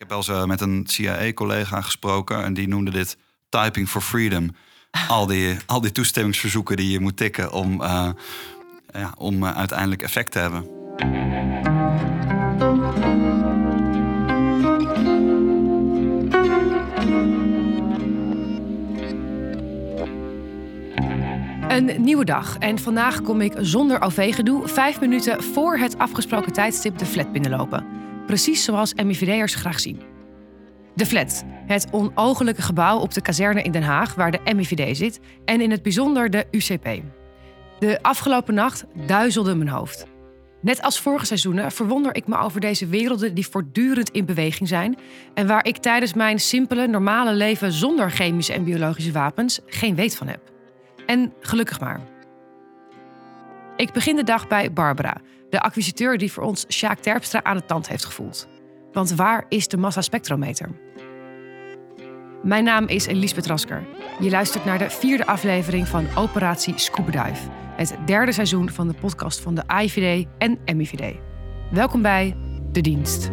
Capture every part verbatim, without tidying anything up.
Ik heb wel eens uh, met een C I A-collega gesproken en die noemde dit typing for freedom. Al die, al die toestemmingsverzoeken die je moet tikken om, uh, ja, om uh, uiteindelijk effect te hebben. Een nieuwe dag en vandaag kom ik zonder O V-gedoe vijf minuten voor het afgesproken tijdstip de flat binnenlopen. Precies zoals M I V D'ers graag zien. De flat, het onogelijke gebouw op de kazerne in Den Haag waar de M I V D zit en in het bijzonder de U C P. De afgelopen nacht duizelde mijn hoofd. Net als vorige seizoenen verwonder ik me over deze werelden die voortdurend in beweging zijn en waar ik tijdens mijn simpele, normale leven zonder chemische en biologische wapens geen weet van heb. En gelukkig maar. Ik begin de dag bij Barbara, de acquisiteur die voor ons Sjaak Terpstra aan de tand heeft gevoeld. Want waar is de massaspectrometer? Mijn naam is Liesbeth Rasker. Je luistert naar de vierde aflevering van Operatie Scuba Dive. Het derde seizoen van de podcast van de A I V D en M I V D. Welkom bij De Dienst.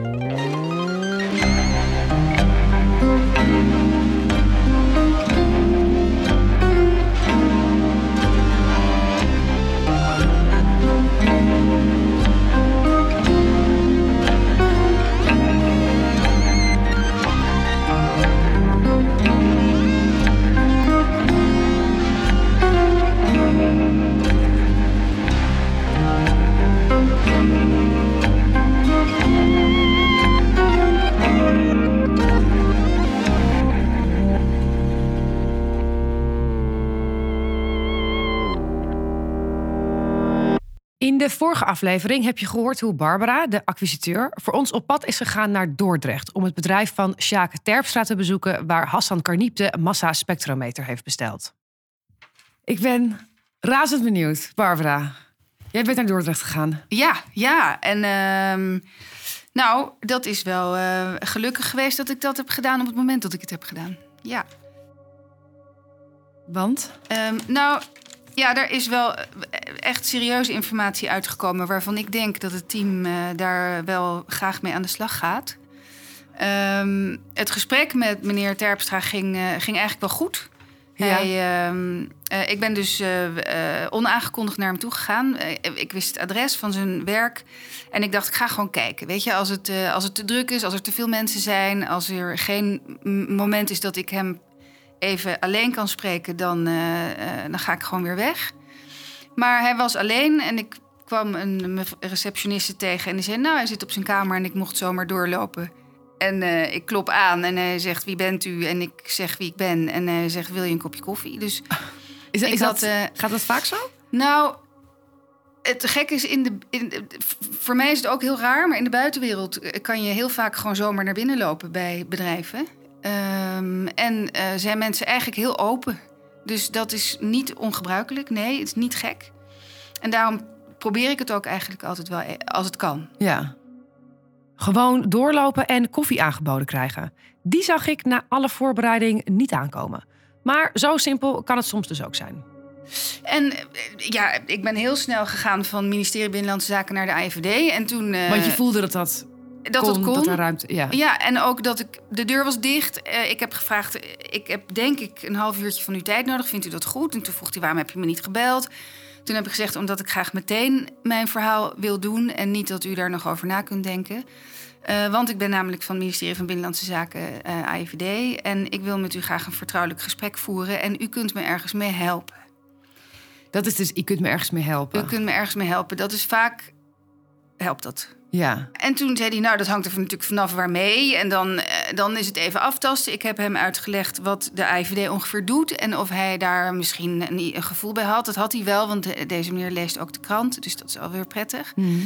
In de vorige aflevering heb je gehoord hoe Barbara, de acquisiteur, voor ons op pad is gegaan naar Dordrecht om het bedrijf van Sjaak Terpstra te bezoeken waar Hassan Karniep de massaspectrometer heeft besteld. Ik ben razend benieuwd, Barbara. Jij bent naar Dordrecht gegaan. Ja, ja. En uh, nou, dat is wel uh, gelukkig geweest dat ik dat heb gedaan op het moment dat ik het heb gedaan. Ja. Want? Um, nou... Ja, er is wel echt serieuze informatie uitgekomen waarvan ik denk dat het team uh, daar wel graag mee aan de slag gaat. Um, het gesprek met meneer Terpstra ging, uh, ging eigenlijk wel goed. Ja. Hij, um, uh, ik ben dus uh, uh, onaangekondigd naar hem toe gegaan. Uh, ik wist het adres van zijn werk. En ik dacht, ik ga gewoon kijken. Weet je, als het, uh, als het te druk is, als er te veel mensen zijn, als er geen m- moment is dat ik hem even alleen kan spreken, dan, uh, uh, dan ga ik gewoon weer weg. Maar hij was alleen en ik kwam een receptioniste tegen en die zei, nou, hij zit op zijn kamer en ik mocht zomaar doorlopen. En uh, ik klop aan en hij zegt, wie bent u? En ik zeg wie ik ben. En hij zegt, wil je een kopje koffie? Dus is, is had, dat, uh, gaat dat vaak zo? Nou, het gekke is, in de, in de, voor mij is het ook heel raar, maar in de buitenwereld kan je heel vaak gewoon zomaar naar binnen lopen bij bedrijven. Um, en uh, zijn mensen eigenlijk heel open. Dus dat is niet ongebruikelijk. Nee, het is niet gek. En daarom probeer ik het ook eigenlijk altijd wel als het kan. Ja. Gewoon doorlopen en koffie aangeboden krijgen. Die zag ik na alle voorbereiding niet aankomen. Maar zo simpel kan het soms dus ook zijn. En ja, ik ben heel snel gegaan van het ministerie Binnenlandse Zaken naar de A I V D. En toen, uh, Want je voelde dat dat... Dat kon, het kon. Dat er ruimte, ja. ja, en ook dat ik de deur was dicht. Uh, ik heb gevraagd, ik heb denk ik een half uurtje van uw tijd nodig. Vindt u dat goed? En toen vroeg hij, waarom heb je me niet gebeld? Toen heb ik gezegd, omdat ik graag meteen mijn verhaal wil doen en niet dat u daar nog over na kunt denken. Uh, want ik ben namelijk van het ministerie van Binnenlandse Zaken, uh, A I V D. En ik wil met u graag een vertrouwelijk gesprek voeren. En u kunt me ergens mee helpen. Dat is dus, u kunt me ergens mee helpen. U kunt me ergens mee helpen. Dat is vaak, helpt dat. Ja. En toen zei hij, nou, dat hangt er natuurlijk vanaf waarmee. En dan, uh, dan is het even aftasten. Ik heb hem uitgelegd wat de A I V D ongeveer doet. En of hij daar misschien een, een gevoel bij had. Dat had hij wel, want de, deze meneer leest ook de krant. Dus dat is alweer prettig. Mm-hmm.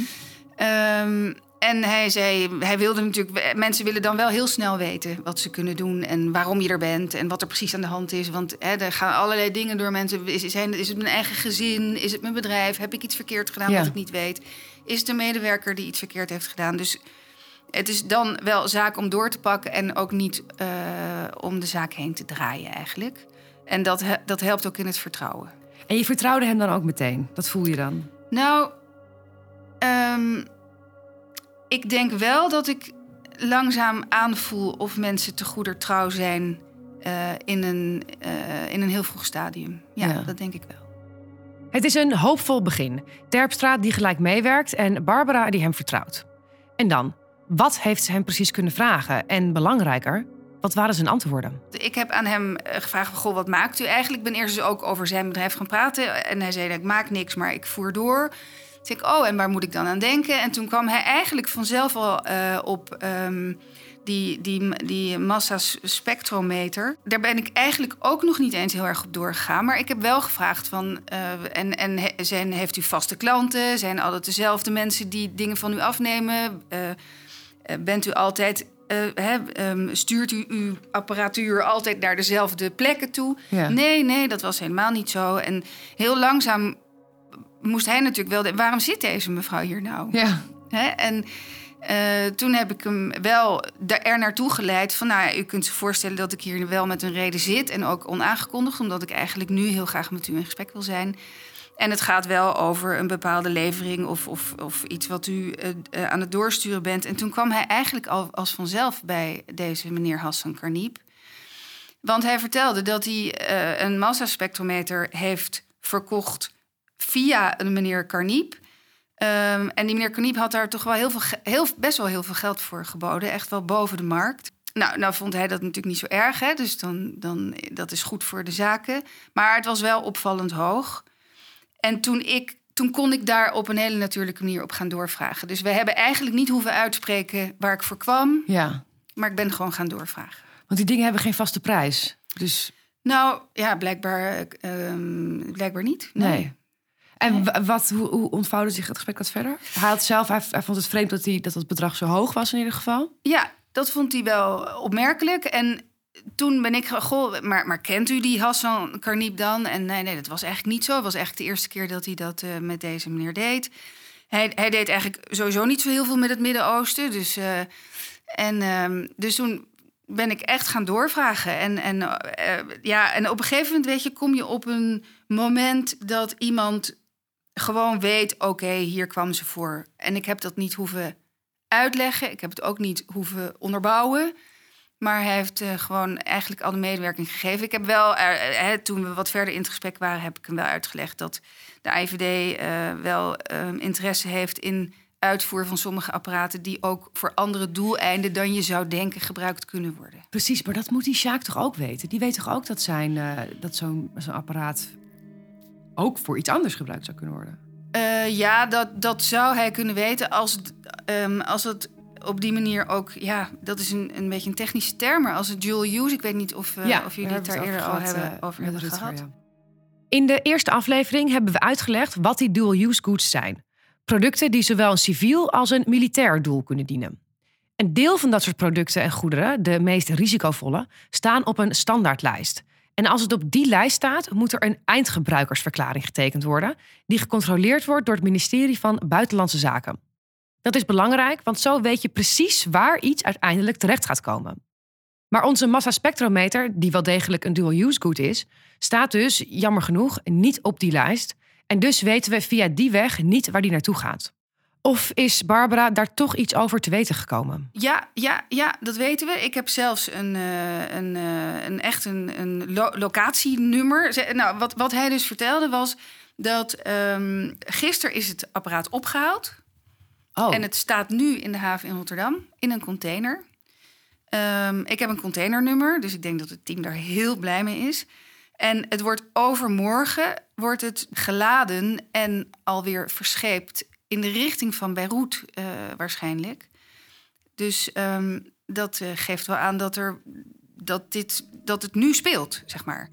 Um, en hij zei, hij wilde natuurlijk... Mensen willen dan wel heel snel weten wat ze kunnen doen... en waarom je er bent en wat er precies aan de hand is. Want hè, er gaan allerlei dingen door mensen. Is, zijn, is het mijn eigen gezin? Is het mijn bedrijf? Heb ik iets verkeerd gedaan ja. wat ik niet weet? Is het een medewerker die iets verkeerd heeft gedaan? Dus het is dan wel zaak om door te pakken... en ook niet uh, om de zaak heen te draaien eigenlijk. En dat, dat helpt ook in het vertrouwen. En je vertrouwde hem dan ook meteen? Dat voel je dan? Nou... Um, Ik denk wel dat ik langzaam aanvoel of mensen te goeder trouw zijn uh, in, een, uh, in een heel vroeg stadium. Ja, ja, dat denk ik wel. Het is een hoopvol begin. Terpstra die gelijk meewerkt en Barbara die hem vertrouwt. En dan, wat heeft ze hem precies kunnen vragen? En belangrijker, wat waren zijn antwoorden? Ik heb aan hem gevraagd, goh, wat maakt u eigenlijk? Ik ben eerst dus ook over zijn bedrijf gaan praten. En hij zei, ik maak niks, maar ik voer door. Toen zei ik, oh, en waar moet ik dan aan denken? En toen kwam hij eigenlijk vanzelf al uh, op um, die, die, die massaspectrometer. Daar ben ik eigenlijk ook nog niet eens heel erg op doorgegaan. Maar ik heb wel gevraagd van, uh, en, en zijn, heeft u vaste klanten? Zijn altijd dezelfde mensen die dingen van u afnemen? Uh, uh, bent u altijd... Uh, he, um, stuurt u uw apparatuur altijd naar dezelfde plekken toe? Ja. Nee, nee, dat was helemaal niet zo. En heel langzaam moest hij natuurlijk wel... De, waarom zit deze mevrouw hier nou? Ja. He, en uh, toen heb ik hem wel er naartoe geleid van... nou, u kunt zich voorstellen dat ik hier wel met een reden zit... en ook onaangekondigd, omdat ik eigenlijk nu heel graag met u in gesprek wil zijn... En het gaat wel over een bepaalde levering of, of, of iets wat u uh, uh, aan het doorsturen bent. En toen kwam hij eigenlijk al als vanzelf bij deze meneer Hassan Karniep. Want hij vertelde dat hij uh, een massaspectrometer heeft verkocht via een meneer Karniep. Um, en die meneer Karniep had daar toch wel heel veel, heel, best wel heel veel geld voor geboden. Echt wel boven de markt. Nou, nou vond hij dat natuurlijk niet zo erg, hè? Dus dan, dan, dat is goed voor de zaken. Maar het was wel opvallend hoog. En toen, ik, toen kon ik daar op een hele natuurlijke manier op gaan doorvragen. Dus we hebben eigenlijk niet hoeven uitspreken waar ik voor kwam. Ja. Maar ik ben gewoon gaan doorvragen. Want die dingen hebben geen vaste prijs. Dus... Nou, ja, blijkbaar, um, blijkbaar niet. Nee. nee. En nee. wat, hoe, hoe ontvouwde zich het gesprek wat verder? Hij had zelf, hij, hij vond het vreemd dat, hij, dat het bedrag zo hoog was in ieder geval. Ja, dat vond hij wel opmerkelijk. En... Toen ben ik, goh, maar, maar kent u die Hassan Karniep dan? En nee, nee, dat was eigenlijk niet zo. Het was eigenlijk de eerste keer dat hij dat uh, met deze meneer deed. Hij, hij deed eigenlijk sowieso niet zo heel veel met het Midden-Oosten. Dus, uh, en, uh, dus toen ben ik echt gaan doorvragen. En, en, uh, ja, en op een gegeven moment, weet je, kom je op een moment dat iemand gewoon weet... oké, okay, hier kwam ze voor. En ik heb dat niet hoeven uitleggen. Ik heb het ook niet hoeven onderbouwen... Maar hij heeft uh, gewoon eigenlijk al de medewerking gegeven. Ik heb wel, uh, uh, toen we wat verder in het gesprek waren... heb ik hem wel uitgelegd dat de I V D uh, wel uh, interesse heeft... in uitvoer van sommige apparaten... die ook voor andere doeleinden dan je zou denken gebruikt kunnen worden. Precies, maar dat moet die Sjaak toch ook weten? Die weet toch ook dat, zijn, uh, dat zo'n, zo'n apparaat ook voor iets anders gebruikt zou kunnen worden? Uh, ja, dat, dat zou hij kunnen weten als, um, als het... op die manier ook, ja, dat is een, een beetje een technische term... maar als het dual use, ik weet niet of, uh, ja, of jullie het daar eerder al hebben, uh, over hebben Rutger, gehad. Ja. In de eerste aflevering hebben we uitgelegd wat die dual use goods zijn. Producten die zowel een civiel als een militair doel kunnen dienen. Een deel van dat soort producten en goederen, de meest risicovolle... staan op een standaardlijst. En als het op die lijst staat, moet er een eindgebruikersverklaring getekend worden... die gecontroleerd wordt door het ministerie van Buitenlandse Zaken. Dat is belangrijk, want zo weet je precies waar iets uiteindelijk terecht gaat komen. Maar onze massaspectrometer, die wel degelijk een dual-use good is... staat dus, jammer genoeg, niet op die lijst. En dus weten we via die weg niet waar die naartoe gaat. Of is Barbara daar toch iets over te weten gekomen? Ja, ja, ja, dat weten we. Ik heb zelfs een, uh, een, uh, een echt een, een lo- locatienummer. Nou, wat, wat hij dus vertelde was dat um, gisteren is het apparaat opgehaald... Oh. En het staat nu in de haven in Rotterdam, in een container. Um, ik heb een containernummer, dus ik denk dat het team daar heel blij mee is. En het wordt overmorgen wordt het geladen en alweer verscheept... in de richting van Beirut uh, waarschijnlijk. Dus um, dat uh, geeft wel aan dat, er, dat, dit, dat het nu speelt, zeg maar.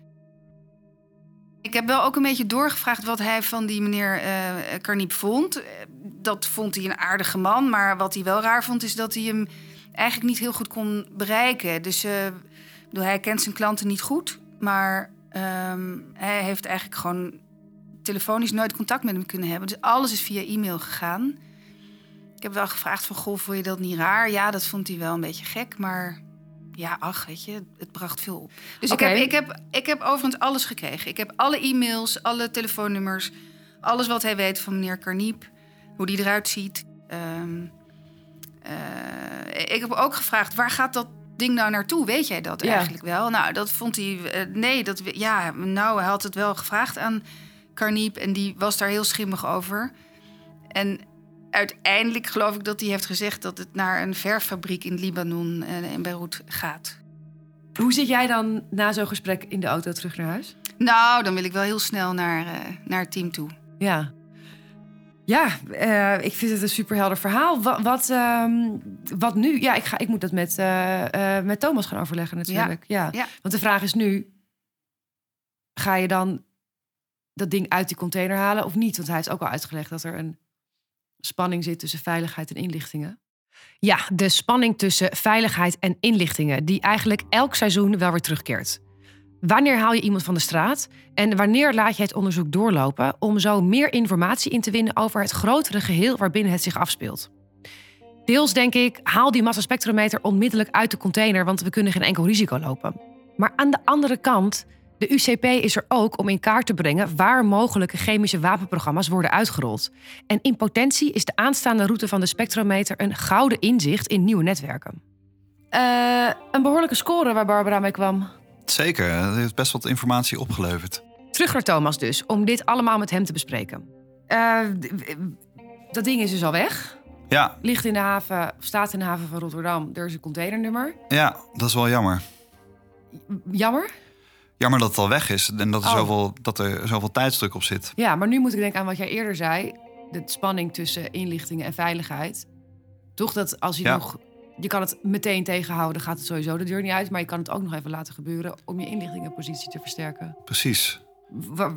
Ik heb wel ook een beetje doorgevraagd wat hij van die meneer uh, Karniep vond. Dat vond hij een aardige man, maar wat hij wel raar vond... is dat hij hem eigenlijk niet heel goed kon bereiken. Dus uh, bedoel, hij kent zijn klanten niet goed... maar um, hij heeft eigenlijk gewoon telefonisch nooit contact met hem kunnen hebben. Dus alles is via e-mail gegaan. Ik heb wel gevraagd van, goh, vond je dat niet raar? Ja, dat vond hij wel een beetje gek, maar... Ja, ach, weet je, het bracht veel op. Dus okay. ik, heb, ik, heb, ik heb overigens alles gekregen. Ik heb alle e-mails, alle telefoonnummers... alles wat hij weet van meneer Karniep, hoe die eruit ziet. Um, Uh, ik heb ook gevraagd, waar gaat dat ding nou naartoe? Weet jij dat ja. eigenlijk wel? Nou, dat vond hij... Uh, nee, dat, ja, nou, hij had het wel gevraagd aan Carniep en die was daar heel schimmig over. En uiteindelijk geloof ik dat hij heeft gezegd dat het naar een verffabriek in Libanon en in Beirut gaat. Hoe zit jij dan na zo'n gesprek in de auto terug naar huis? Nou, dan wil ik wel heel snel naar, uh, naar het team toe. Ja. Ja, uh, ik vind het een superhelder verhaal. Wat, wat, um, wat nu? Ja, ik, ga, ik moet dat met, uh, uh, met Thomas gaan overleggen natuurlijk. Ja. Ja. Ja. Want de vraag is nu, ga je dan dat ding uit die container halen of niet? Want hij heeft ook al uitgelegd dat er een spanning zit tussen veiligheid en inlichtingen. Ja, de spanning tussen veiligheid en inlichtingen, die eigenlijk elk seizoen wel weer terugkeert. Wanneer haal je iemand van de straat en wanneer laat je het onderzoek doorlopen om zo meer informatie in te winnen over het grotere geheel waarbinnen het zich afspeelt? Deels denk ik, haal die massaspectrometer onmiddellijk uit de container, want we kunnen geen enkel risico lopen. Maar aan de andere kant, de U C P is er ook om in kaart te brengen waar mogelijke chemische wapenprogramma's worden uitgerold. En in potentie is de aanstaande route van de spectrometer een gouden inzicht in nieuwe netwerken. Uh, een behoorlijke score waar Barbara mee kwam. Zeker, het heeft best wat informatie opgeleverd. Terug naar Thomas dus, om dit allemaal met hem te bespreken. Uh, dat ding is dus al weg. Ja. Ligt in de haven, staat in de haven van Rotterdam. Er is een containernummer. Ja, dat is wel jammer. Jammer? Jammer dat het al weg is en dat er, oh. zoveel, dat er zoveel tijdsdruk op zit. Ja, maar nu moet ik denken aan wat jij eerder zei. De spanning tussen inlichtingen en veiligheid. Toch dat als je ja. nog... Je kan het meteen tegenhouden, gaat het sowieso de deur niet uit. Maar je kan het ook nog even laten gebeuren om je inlichtingenpositie te versterken. Precies. Wa-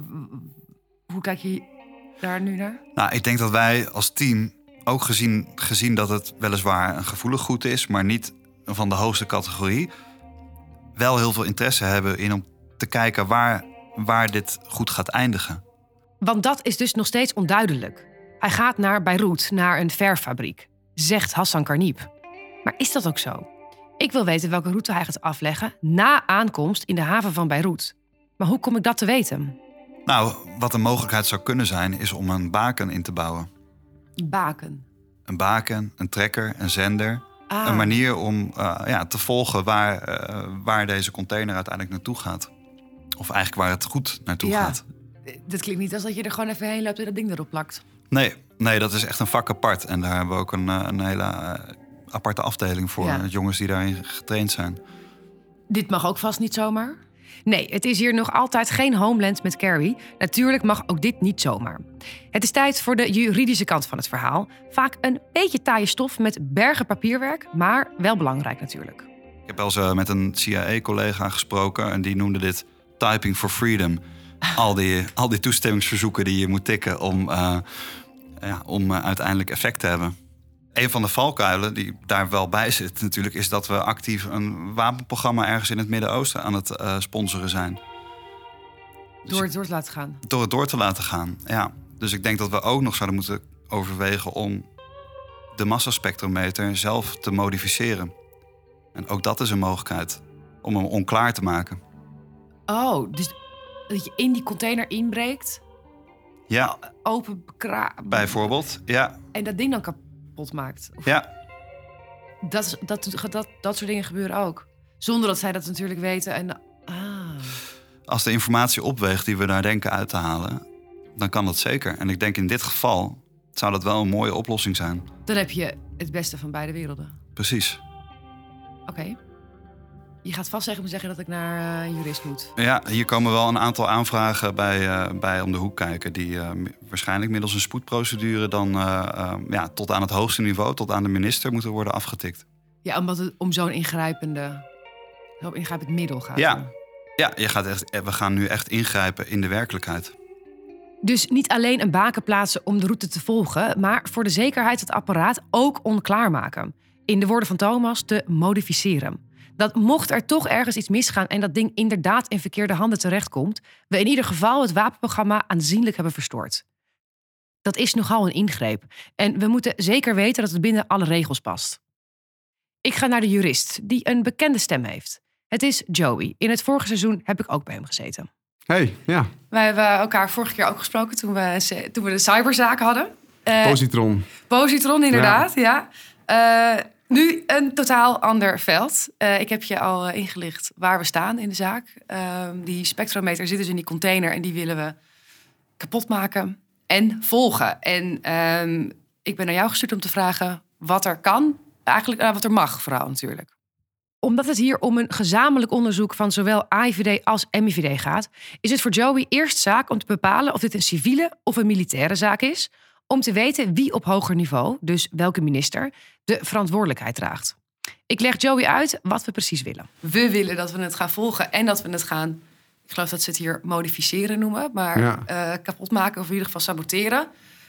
hoe kijk je daar nu naar? Nou, ik denk dat wij als team ook gezien, gezien dat het weliswaar een gevoelig goed is, maar niet van de hoogste categorie, wel heel veel interesse hebben in om te kijken waar, waar dit goed gaat eindigen. Want dat is dus nog steeds onduidelijk. Hij gaat naar Beirut, naar een verffabriek, zegt Hassan Carniep. Maar is dat ook zo? Ik wil weten welke route hij gaat afleggen na aankomst in de haven van Beirut. Maar hoe kom ik dat te weten? Nou, wat een mogelijkheid zou kunnen zijn, is om een baken in te bouwen. Baken? Een baken, een trekker, een zender. Ah. Een manier om uh, ja, te volgen waar, uh, waar deze container uiteindelijk naartoe gaat. Of eigenlijk waar het goed naartoe ja. gaat. Dat klinkt niet als dat je er gewoon even heen loopt en dat ding erop plakt. Nee, nee, dat is echt een vak apart. En daar hebben we ook een, een hele uh, aparte afdeling voor. Ja. Jongens die daarin getraind zijn. Dit mag ook vast niet zomaar? Nee, het is hier nog altijd geen Homeland met Carrie. Natuurlijk mag ook dit niet zomaar. Het is tijd voor de juridische kant van het verhaal. Vaak een beetje taaie stof met bergen papierwerk, maar wel belangrijk natuurlijk. Ik heb wel eens uh, met een C I A-collega gesproken en die noemde dit typing for freedom. Al die, al die toestemmingsverzoeken die je moet tikken om, uh, ja, om uh, uiteindelijk effect te hebben. Een van de valkuilen die daar wel bij zit natuurlijk, is dat we actief een wapenprogramma ergens in het Midden-Oosten aan het uh, sponsoren zijn. Dus door het door te laten gaan? Door het door te laten gaan, ja. Dus ik denk dat we ook nog zouden moeten overwegen om de massaspectrometer zelf te modificeren. En ook dat is een mogelijkheid om hem onklaar te maken. Oh, dus dat je in die container inbreekt? Ja. Open kra- Bijvoorbeeld, ja. En dat ding dan kapot maakt? Of... Ja. Dat, is, dat, dat, dat soort dingen gebeuren ook. Zonder dat zij dat natuurlijk weten. En, ah. Als de informatie opweegt die we daar denken uit te halen, dan kan dat zeker. En ik denk in dit geval zou dat wel een mooie oplossing zijn. Dan heb je het beste van beide werelden. Precies. Oké. Okay. Je gaat vast zeggen, zeggen dat ik naar uh, jurist moet. Ja, hier komen wel een aantal aanvragen bij, uh, bij om de hoek kijken, die uh, waarschijnlijk middels een spoedprocedure dan uh, uh, ja, tot aan het hoogste niveau, tot aan de minister, moeten worden afgetikt. Ja, omdat het om zo'n ingrijpende, zo'n ingrijpend middel gaat. Ja, ja je gaat echt, we gaan nu echt ingrijpen in de werkelijkheid. Dus niet alleen een baken plaatsen om de route te volgen, maar voor de zekerheid het apparaat ook onklaar maken. In de woorden van Thomas, te modificeren. Dat mocht er toch ergens iets misgaan en dat ding inderdaad in verkeerde handen terechtkomt, we in ieder geval het wapenprogramma aanzienlijk hebben verstoord. Dat is nogal een ingreep en we moeten zeker weten dat het binnen alle regels past. Ik ga naar de jurist, die een bekende stem heeft. Het is Joey. In het vorige seizoen heb ik ook bij hem gezeten. Hey, ja. Wij hebben elkaar vorige keer ook gesproken toen we, toen we de cyberzaken hadden. Uh, Positron. Positron, inderdaad, ja. Uh, nu een totaal ander veld. Uh, ik heb je al uh, ingelicht waar we staan in de zaak. Uh, die spectrometer zit dus in die container en die willen we kapot maken en volgen. En uh, ik ben naar jou gestuurd om te vragen wat er kan. Eigenlijk uh, wat er mag vooral natuurlijk. Omdat het hier om een gezamenlijk onderzoek van zowel A I V D als M I V D gaat, is het voor Joey eerst zaak om te bepalen of dit een civiele of een militaire zaak is, om te weten wie op hoger niveau, dus welke minister, de verantwoordelijkheid draagt. Ik leg Joey uit wat we precies willen. We willen dat we het gaan volgen en dat we het gaan, ik geloof dat ze het hier modificeren noemen, maar ja. uh, kapot maken of in ieder geval saboteren.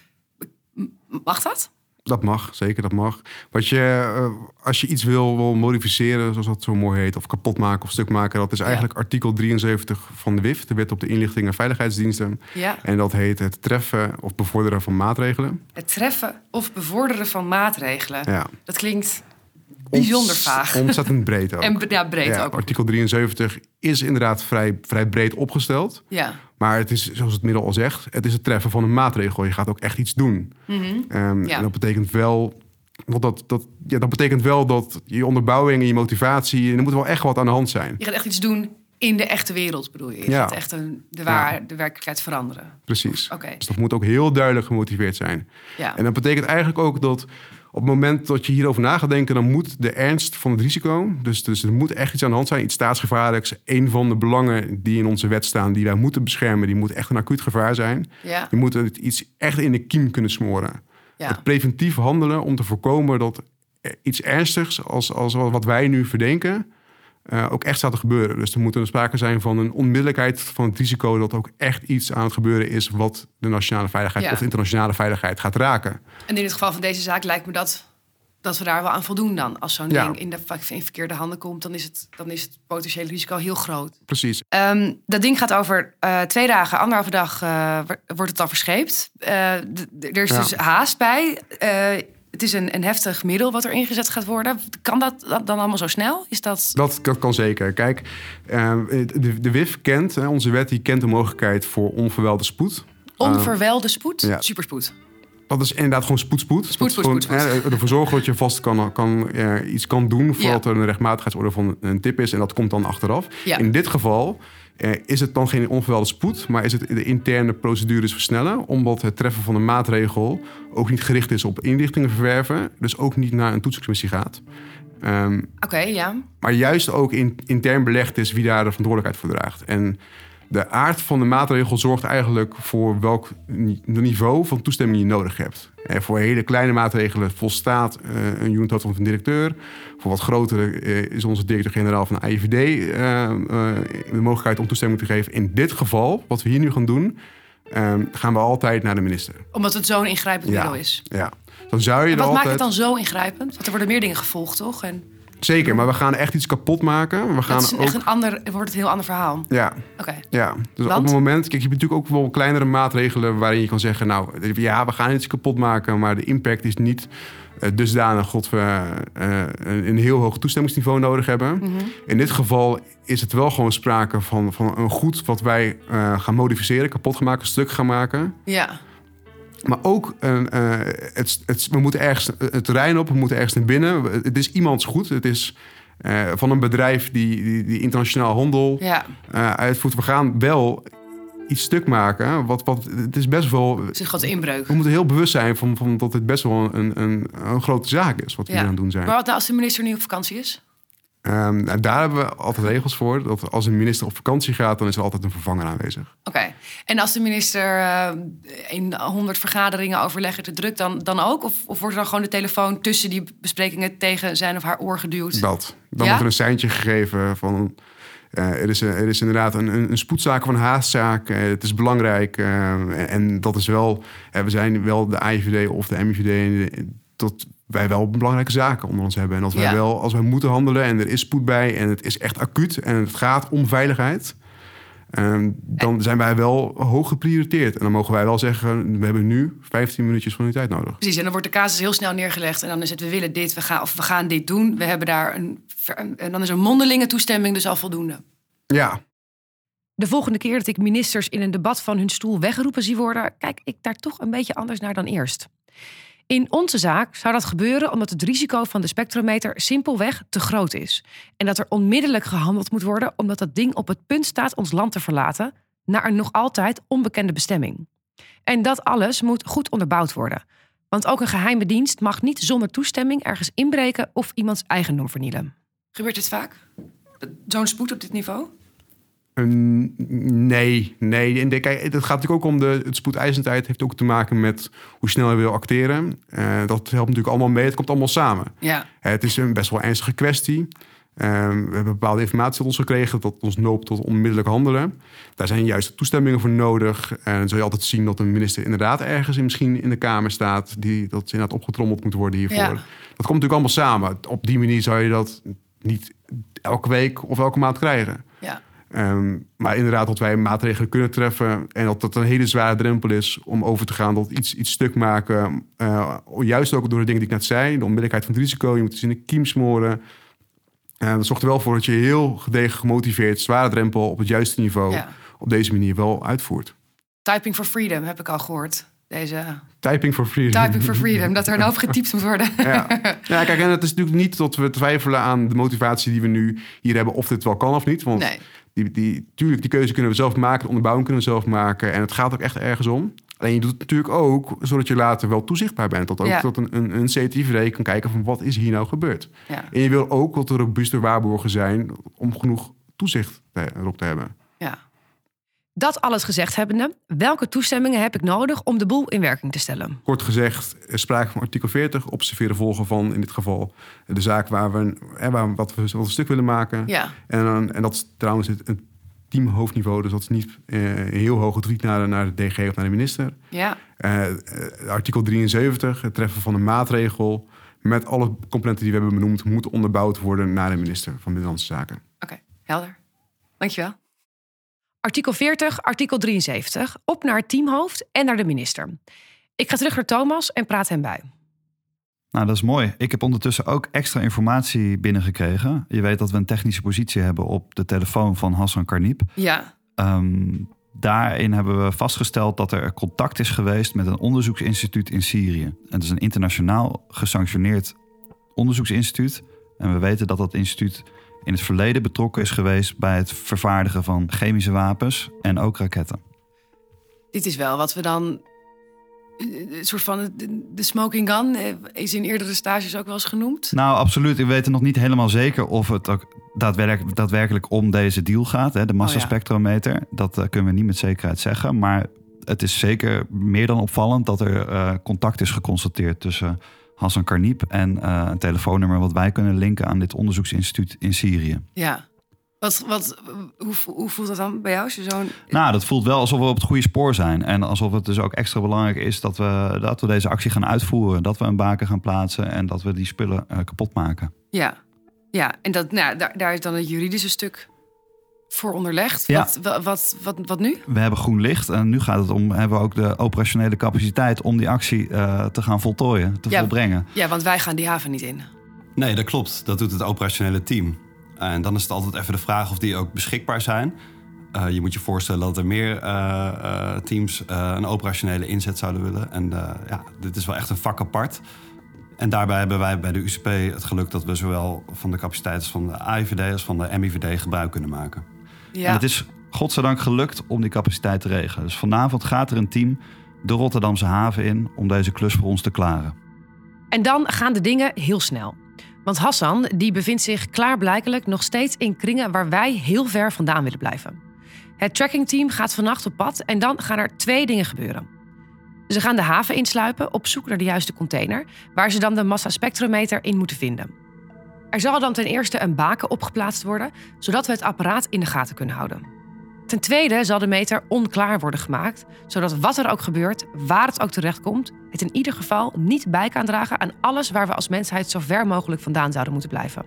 Mag dat? Dat mag, zeker, dat mag. Wat je, uh, als je iets wil, wil modificeren, zoals dat zo mooi heet, of kapot maken of stuk maken, dat is eigenlijk ja. artikel drieënzeventig van de W I F, de Wet op de Inlichting en Veiligheidsdiensten. Ja. En dat heet het treffen of bevorderen van maatregelen. Het treffen of bevorderen van maatregelen. Ja. Dat klinkt bijzonder Ont, vaag. Ontzettend breed ook. En ja, breed ja, ook. Artikel drieënzeventig is inderdaad vrij, vrij breed opgesteld. Ja. Maar het is, zoals het middel al zegt, het is het treffen van een maatregel. Je gaat ook echt iets doen. Mm-hmm. Um, ja. En dat betekent wel dat, dat, dat, ja, dat betekent wel dat je onderbouwing en je motivatie, er moet wel echt wat aan de hand zijn. Je gaat echt iets doen in de echte wereld, bedoel je? Je ja. gaat echt een, de, waar, ja. de werkelijkheid veranderen. Precies. Okay. Dus dat moet ook heel duidelijk gemotiveerd zijn. Ja. En dat betekent eigenlijk ook dat op het moment dat je hierover na gaat denken, dan moet de ernst van het risico, dus, dus er moet echt iets aan de hand zijn, iets staatsgevaarlijks. Een van de belangen die in onze wet staan, die wij moeten beschermen, die moet echt een acuut gevaar zijn. Ja. Je moet het iets echt in de kiem kunnen smoren. Ja. Het preventief handelen om te voorkomen dat iets ernstigs als, als wat wij nu verdenken, Uh, ook echt staat te gebeuren. Dus er moet er sprake zijn van een onmiddellijkheid van het risico dat ook echt iets aan het gebeuren is wat de nationale veiligheid ja. of internationale veiligheid gaat raken. En in het geval van deze zaak lijkt me dat, dat we daar wel aan voldoen dan. Als zo'n ja. ding in, de, in verkeerde handen komt, dan is het, dan is het potentiële risico heel groot. Precies. Um, dat ding gaat over uh, twee dagen, anderhalve dag uh, wordt het dan verscheept. Uh, d- d- er is ja. dus haast bij. Uh, Het is een, een heftig middel wat er ingezet gaat worden. Kan dat dan allemaal zo snel? Is dat... Dat, dat kan zeker. Kijk, uh, de, de W I F kent, uh, onze wet, die kent de mogelijkheid voor onverwijlde spoed. Onverwijlde spoed? Uh, ja. Superspoed. Dat is inderdaad gewoon spoed, spoed. Spoed, spoed, gewoon, spoed, spoed. Uh, ervoor zorgen dat je vast kan, kan, uh, iets kan doen voordat ja. er een rechtmatigheidsorde van een tip is. En dat komt dan achteraf. Ja. In dit geval uh, is het dan geen onverwijlde spoed, maar is het de interne procedures versnellen, omdat het treffen van een maatregel ook niet gericht is op inlichtingen verwerven, dus ook niet naar een toetsingsmissie gaat. Um, Oké, okay, ja. Maar juist ook in, intern belegd is wie daar de verantwoordelijkheid voor draagt. En de aard van de maatregel zorgt eigenlijk voor welk niveau van toestemming je nodig hebt. En voor hele kleine maatregelen volstaat uh, een unit van een directeur. Voor wat grotere uh, is onze directeur-generaal van de A I V D uh, uh, de mogelijkheid om toestemming te geven. In dit geval, wat we hier nu gaan doen, uh, gaan we altijd naar de minister. Omdat het zo'n ingrijpend ja, middel is. Ja. Dan zou je en wat altijd... maakt het dan zo ingrijpend? Want er worden meer dingen gevolgd, toch? En... Zeker, maar we gaan echt iets kapot maken. We gaan dat is een, ook... echt een ander, wordt het een heel ander verhaal. Ja. Oké. Okay. Ja. Dus Want? op het moment, kijk, je hebt natuurlijk ook wel kleinere maatregelen waarin je kan zeggen, nou, ja, we gaan iets kapot maken, maar de impact is niet uh, dusdanig dat we uh, een, een heel hoog toestemmingsniveau nodig hebben. Mm-hmm. In dit geval is het wel gewoon sprake van, van een goed wat wij uh, gaan modificeren, kapot gaan maken, stuk gaan maken. Ja. Maar ook, uh, het, het, we moeten ergens het terrein op, we moeten ergens naar binnen. Het is iemands goed. Het is uh, van een bedrijf die, die, die internationaal handel ja. uh, uitvoert. We gaan wel iets stuk maken. Wat, wat, het is best wel... Het is een grote inbreuk. We moeten heel bewust zijn van, van dat dit best wel een, een, een grote zaak is wat we ja. hier aan het doen zijn. Maar wat nou als de minister nu op vakantie is? Um, nou, daar hebben we altijd regels voor. Dat als een minister op vakantie gaat, dan is er altijd een vervanger aanwezig. Oké. Okay. En als de minister uh, in honderd vergaderingen overleggen te druk, dan, dan ook? Of, of wordt er dan gewoon de telefoon tussen die besprekingen tegen zijn of haar oor geduwd? Dat. Dan ja? wordt er een seintje gegeven van... Uh, er, is, er is inderdaad een, een, een spoedzaak of een haastzaak. Uh, het is belangrijk. Uh, en dat is wel... Uh, we zijn wel de A I V D of de M I V D... tot wij wel belangrijke zaken onder ons hebben. En als wij ja. wel, als wij moeten handelen en er is spoed bij en het is echt acuut en het gaat om veiligheid, um, dan zijn wij wel hoog geprioriteerd. En dan mogen wij wel zeggen, we hebben nu vijftien minuutjes van uw tijd nodig. Precies, en dan wordt de casus heel snel neergelegd en dan is het, we willen dit, we gaan, of we gaan dit doen. We hebben daar een, en dan is een mondelinge toestemming dus al voldoende. Ja. De volgende keer dat ik ministers in een debat van hun stoel weggeroepen zie worden, kijk ik daar toch een beetje anders naar dan eerst. In onze zaak zou dat gebeuren omdat het risico van de spectrometer simpelweg te groot is. En dat er onmiddellijk gehandeld moet worden omdat dat ding op het punt staat ons land te verlaten naar een nog altijd onbekende bestemming. En dat alles moet goed onderbouwd worden. Want ook een geheime dienst mag niet zonder toestemming ergens inbreken of iemands eigendom vernielen. Gebeurt dit vaak? Zo'n spoed op dit niveau? Um, nee, nee. En de, kijk, het gaat natuurlijk ook om de het spoedeisendheid. Heeft ook te maken met hoe snel je wil acteren. Uh, dat helpt natuurlijk allemaal mee. Het komt allemaal samen. Ja. Uh, het is een best wel ernstige kwestie. Uh, we hebben bepaalde informatie tot ons gekregen dat ons noopt tot onmiddellijk handelen. Daar zijn juist toestemmingen voor nodig. En dan zul je altijd zien dat een minister inderdaad ergens in, misschien in de Kamer staat. Die, dat inderdaad opgetrommeld moet worden hiervoor. Ja. Dat komt natuurlijk allemaal samen. Op die manier zou je dat niet elke week of elke maand krijgen. Ja. Um, maar inderdaad dat wij maatregelen kunnen treffen en dat dat een hele zware drempel is om over te gaan, dat iets, iets stuk maken. Uh, juist ook door de dingen die ik net zei, de onmiddellijkheid van het risico. Je moet iets in de kiem smoren. Uh, dat zorgt er wel voor dat je heel gedegen gemotiveerd, zware drempel op het juiste niveau ja. op deze manier wel uitvoert. Typing for freedom heb ik al gehoord. Deze... Typing for freedom. Typing for freedom, dat er een hoop getypt moet worden. Ja. ja, kijk, en het is natuurlijk niet dat we twijfelen aan de motivatie die we nu hier hebben, of dit wel kan of niet. Want nee. Die, die, tuurlijk, die keuze kunnen we zelf maken, de onderbouwing kunnen we zelf maken. En het gaat ook echt ergens om. Alleen je doet het natuurlijk ook zodat je later wel toezichtbaar bent. Dat ook ja. dat een, een, een C T I V D kan kijken van wat is hier nou gebeurd. Ja. En je wil ook wat er robuuste waarborgen zijn om genoeg toezicht erop te hebben. Ja. Dat alles gezegd hebbende, welke toestemmingen heb ik nodig om de boel in werking te stellen? Kort gezegd, sprake van artikel veertig, observeren volgen van in dit geval de zaak waar we, waar, wat we wat een stuk willen maken. Ja. En, en dat is trouwens een teamhoofdniveau, dus dat is niet uh, heel hoog het riet naar, naar de D G of naar de minister. Ja. Uh, uh, artikel drieënzeventig, het treffen van een maatregel met alle componenten die we hebben benoemd, moet onderbouwd worden naar de minister van Binnenlandse Zaken. Oké, okay, helder. Dankjewel. Artikel veertig, artikel drieënzeventig. Op naar het teamhoofd en naar de minister. Ik ga terug naar Thomas en praat hem bij. Nou, dat is mooi. Ik heb ondertussen ook extra informatie binnengekregen. Je weet dat we een technische positie hebben op de telefoon van Hassan Karnip. Ja. Um, daarin hebben we vastgesteld dat er contact is geweest met een onderzoeksinstituut in Syrië. En dat is een internationaal gesanctioneerd onderzoeksinstituut. En we weten dat dat instituut in het verleden betrokken is geweest bij het vervaardigen van chemische wapens en ook raketten. Dit is wel wat we dan een soort van de smoking gun is in eerdere stages ook wel eens genoemd. Nou, absoluut. We weten nog niet helemaal zeker of het ook daadwerkelijk, daadwerkelijk om deze deal gaat. Hè, de massaspectrometer. Oh ja. Dat uh, kunnen we niet met zekerheid zeggen. Maar het is zeker meer dan opvallend dat er uh, contact is geconstateerd tussen Hassan Karnip en uh, een telefoonnummer wat wij kunnen linken aan dit onderzoeksinstituut in Syrië. Ja. Wat, wat, hoe, hoe voelt dat dan bij jou? Als je zo'n... Nou, dat voelt wel alsof we op het goede spoor zijn. En alsof het dus ook extra belangrijk is dat we, dat we deze actie gaan uitvoeren. Dat we een baken gaan plaatsen en dat we die spullen uh, kapot maken. Ja, ja. En dat, nou, daar, daar is dan het juridische stuk voor onderlegd. Ja. Wat, wat, wat, wat, wat nu? We hebben groen licht en nu gaat het om, hebben we ook de operationele capaciteit om die actie uh, te gaan voltooien, te ja, volbrengen. Ja, want wij gaan die haven niet in. Nee, dat klopt. Dat doet het operationele team. En dan is het altijd even de vraag of die ook beschikbaar zijn. Uh, je moet je voorstellen dat er meer uh, uh, teams uh, een operationele inzet zouden willen. En uh, ja, dit is wel echt een vak apart. En daarbij hebben wij bij de U C P het geluk dat we zowel van de capaciteiten van de A I V D als van de M I V D gebruik kunnen maken. Ja. En het is godzijdank gelukt om die capaciteit te regelen. Dus vanavond gaat er een team de Rotterdamse haven in om deze klus voor ons te klaren. En dan gaan de dingen heel snel. Want Hassan die bevindt zich klaarblijkelijk nog steeds in kringen waar wij heel ver vandaan willen blijven. Het trackingteam gaat vannacht op pad en dan gaan er twee dingen gebeuren. Ze gaan de haven insluipen op zoek naar de juiste container, waar ze dan de massaspectrometer in moeten vinden. Er zal dan ten eerste een baken opgeplaatst worden, zodat we het apparaat in de gaten kunnen houden. Ten tweede zal de meter onklaar worden gemaakt, zodat wat er ook gebeurt, waar het ook terechtkomt, het in ieder geval niet bij kan dragen aan alles waar we als mensheid zo ver mogelijk vandaan zouden moeten blijven.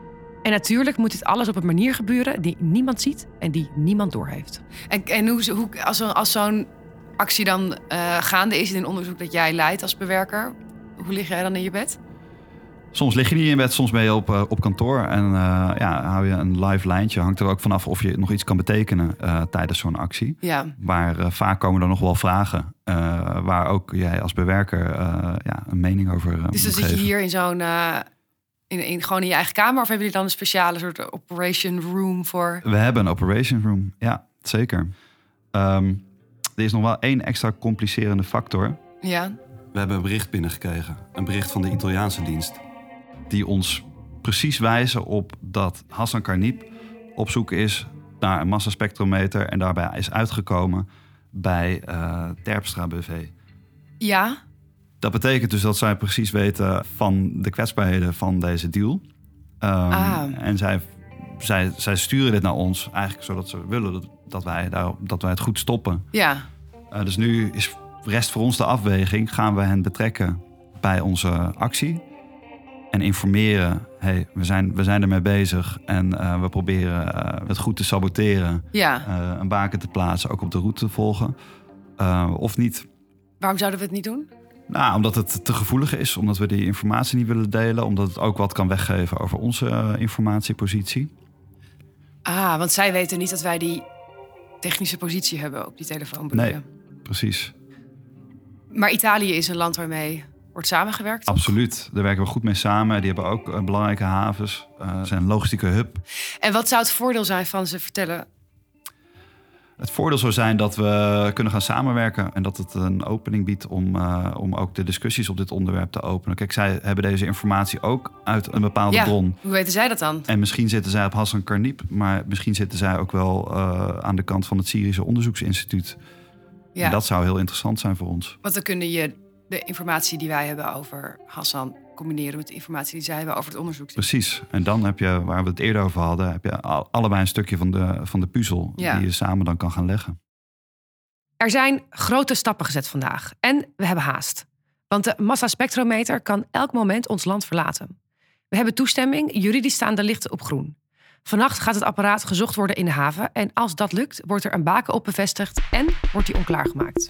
En natuurlijk moet dit alles op een manier gebeuren die niemand ziet en die niemand doorheeft. En, en hoe, hoe, als, als zo'n actie dan uh, gaande is in een onderzoek dat jij leidt als bewerker, hoe lig jij dan in je bed? Soms lig je niet in bed, soms ben je op, uh, op kantoor. En uh, ja, hou je een live lijntje. Hangt er ook vanaf of je nog iets kan betekenen uh, tijdens zo'n actie. Ja. Maar uh, vaak komen er nog wel vragen. Uh, waar ook jij als bewerker uh, ja, een mening over uh, Dus dan zit je hier in zo'n... Uh, in, in, gewoon in je eigen kamer? Of hebben jullie dan een speciale soort operation room voor? We hebben een operation room, ja, zeker. Um, er is nog wel één extra complicerende factor. Ja. We hebben een bericht binnengekregen. Een bericht van de Italiaanse dienst. Die ons precies wijzen op dat Hassan Karnip op zoek is naar een massaspectrometer. En daarbij is uitgekomen bij uh, Terpstra B V. Ja. Dat betekent dus dat zij precies weten van de kwetsbaarheden van deze deal. Um, ah. En zij, zij, zij sturen dit naar ons eigenlijk zodat ze willen dat, dat, wij, daar, dat wij het goed stoppen. Ja. Uh, dus nu is rest voor ons de afweging. Gaan we hen betrekken bij onze actie? En informeren, hey, we zijn, we zijn ermee bezig en uh, we proberen uh, het goed te saboteren. Ja. Uh, een baken te plaatsen, ook op de route te volgen. Uh, of niet. Waarom zouden we het niet doen? Nou, omdat het te gevoelig is, omdat we die informatie niet willen delen. Omdat het ook wat kan weggeven over onze uh, informatiepositie. Ah, want zij weten niet dat wij die technische positie hebben op die telefoon. Nee, precies. Maar Italië is een land waarmee wordt samengewerkt? Toch? Absoluut. Daar werken we goed mee samen. Die hebben ook uh, belangrijke havens. Uh, zijn een logistieke hub. En wat zou het voordeel zijn van ze vertellen? Het voordeel zou zijn dat we kunnen gaan samenwerken. En dat het een opening biedt om, uh, om ook de discussies op dit onderwerp te openen. Kijk, zij hebben deze informatie ook uit een bepaalde ja, bron. Hoe weten zij dat dan? En misschien zitten zij op Hassan Karnip. Maar misschien zitten zij ook wel uh, aan de kant van het Syrische Onderzoeksinstituut. Ja. En dat zou heel interessant zijn voor ons. Want dan kunnen je de informatie die wij hebben over Hassan combineren met de informatie die zij hebben over het onderzoek. Precies. En dan heb je, waar we het eerder over hadden, heb je allebei een stukje van de, van de puzzel ja. die je samen dan kan gaan leggen. Er zijn grote stappen gezet vandaag en we hebben haast. Want de massaspectrometer kan elk moment ons land verlaten. We hebben toestemming, juridisch staan de lichten op groen. Vannacht gaat het apparaat gezocht worden in de haven en als dat lukt, wordt er een baken op bevestigd en wordt die onklaargemaakt.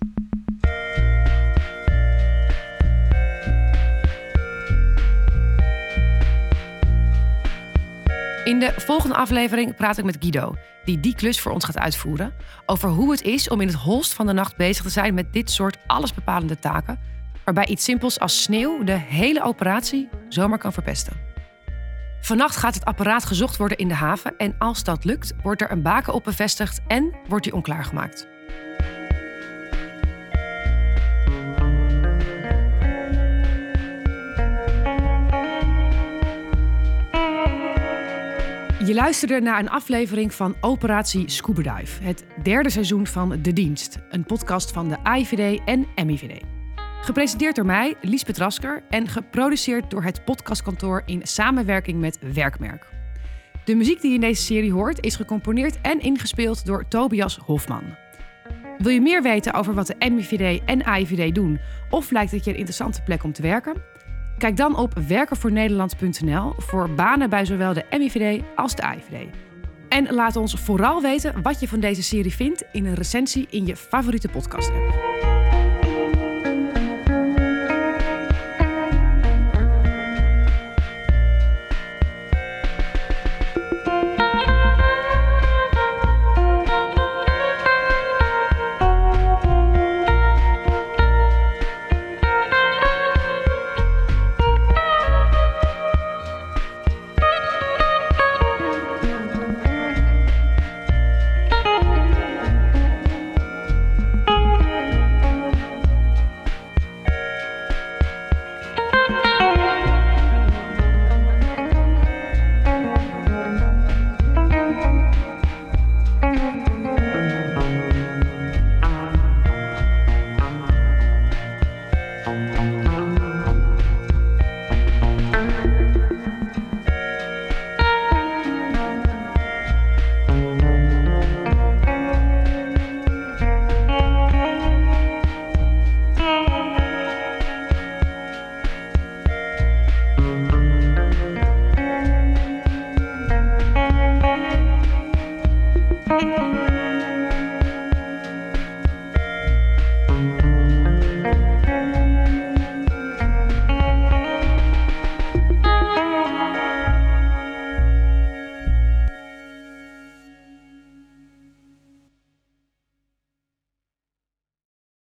In de volgende aflevering praat ik met Guido, die die klus voor ons gaat uitvoeren, over hoe het is om in het holst van de nacht bezig te zijn met dit soort allesbepalende taken, waarbij iets simpels als sneeuw de hele operatie zomaar kan verpesten. Vannacht gaat het apparaat gezocht worden in de haven en als dat lukt, wordt er een baken op bevestigd en wordt die onklaargemaakt. Je luisterde naar een aflevering van Operatie Scuba Dive, het derde seizoen van De Dienst, een podcast van de A I V D en M I V D. Gepresenteerd door mij, Liesbeth Rasker, en geproduceerd door het podcastkantoor in samenwerking met Werkmerk. De muziek die je in deze serie hoort is gecomponeerd en ingespeeld door Tobias Hofman. Wil je meer weten over wat de M I V D en A I V D doen, of lijkt het je een interessante plek om te werken? Kijk dan op werken voor nederland punt n l voor banen bij zowel de M I V D als de A I V D. En laat ons vooral weten wat je van deze serie vindt in een recensie in je favoriete podcast-app.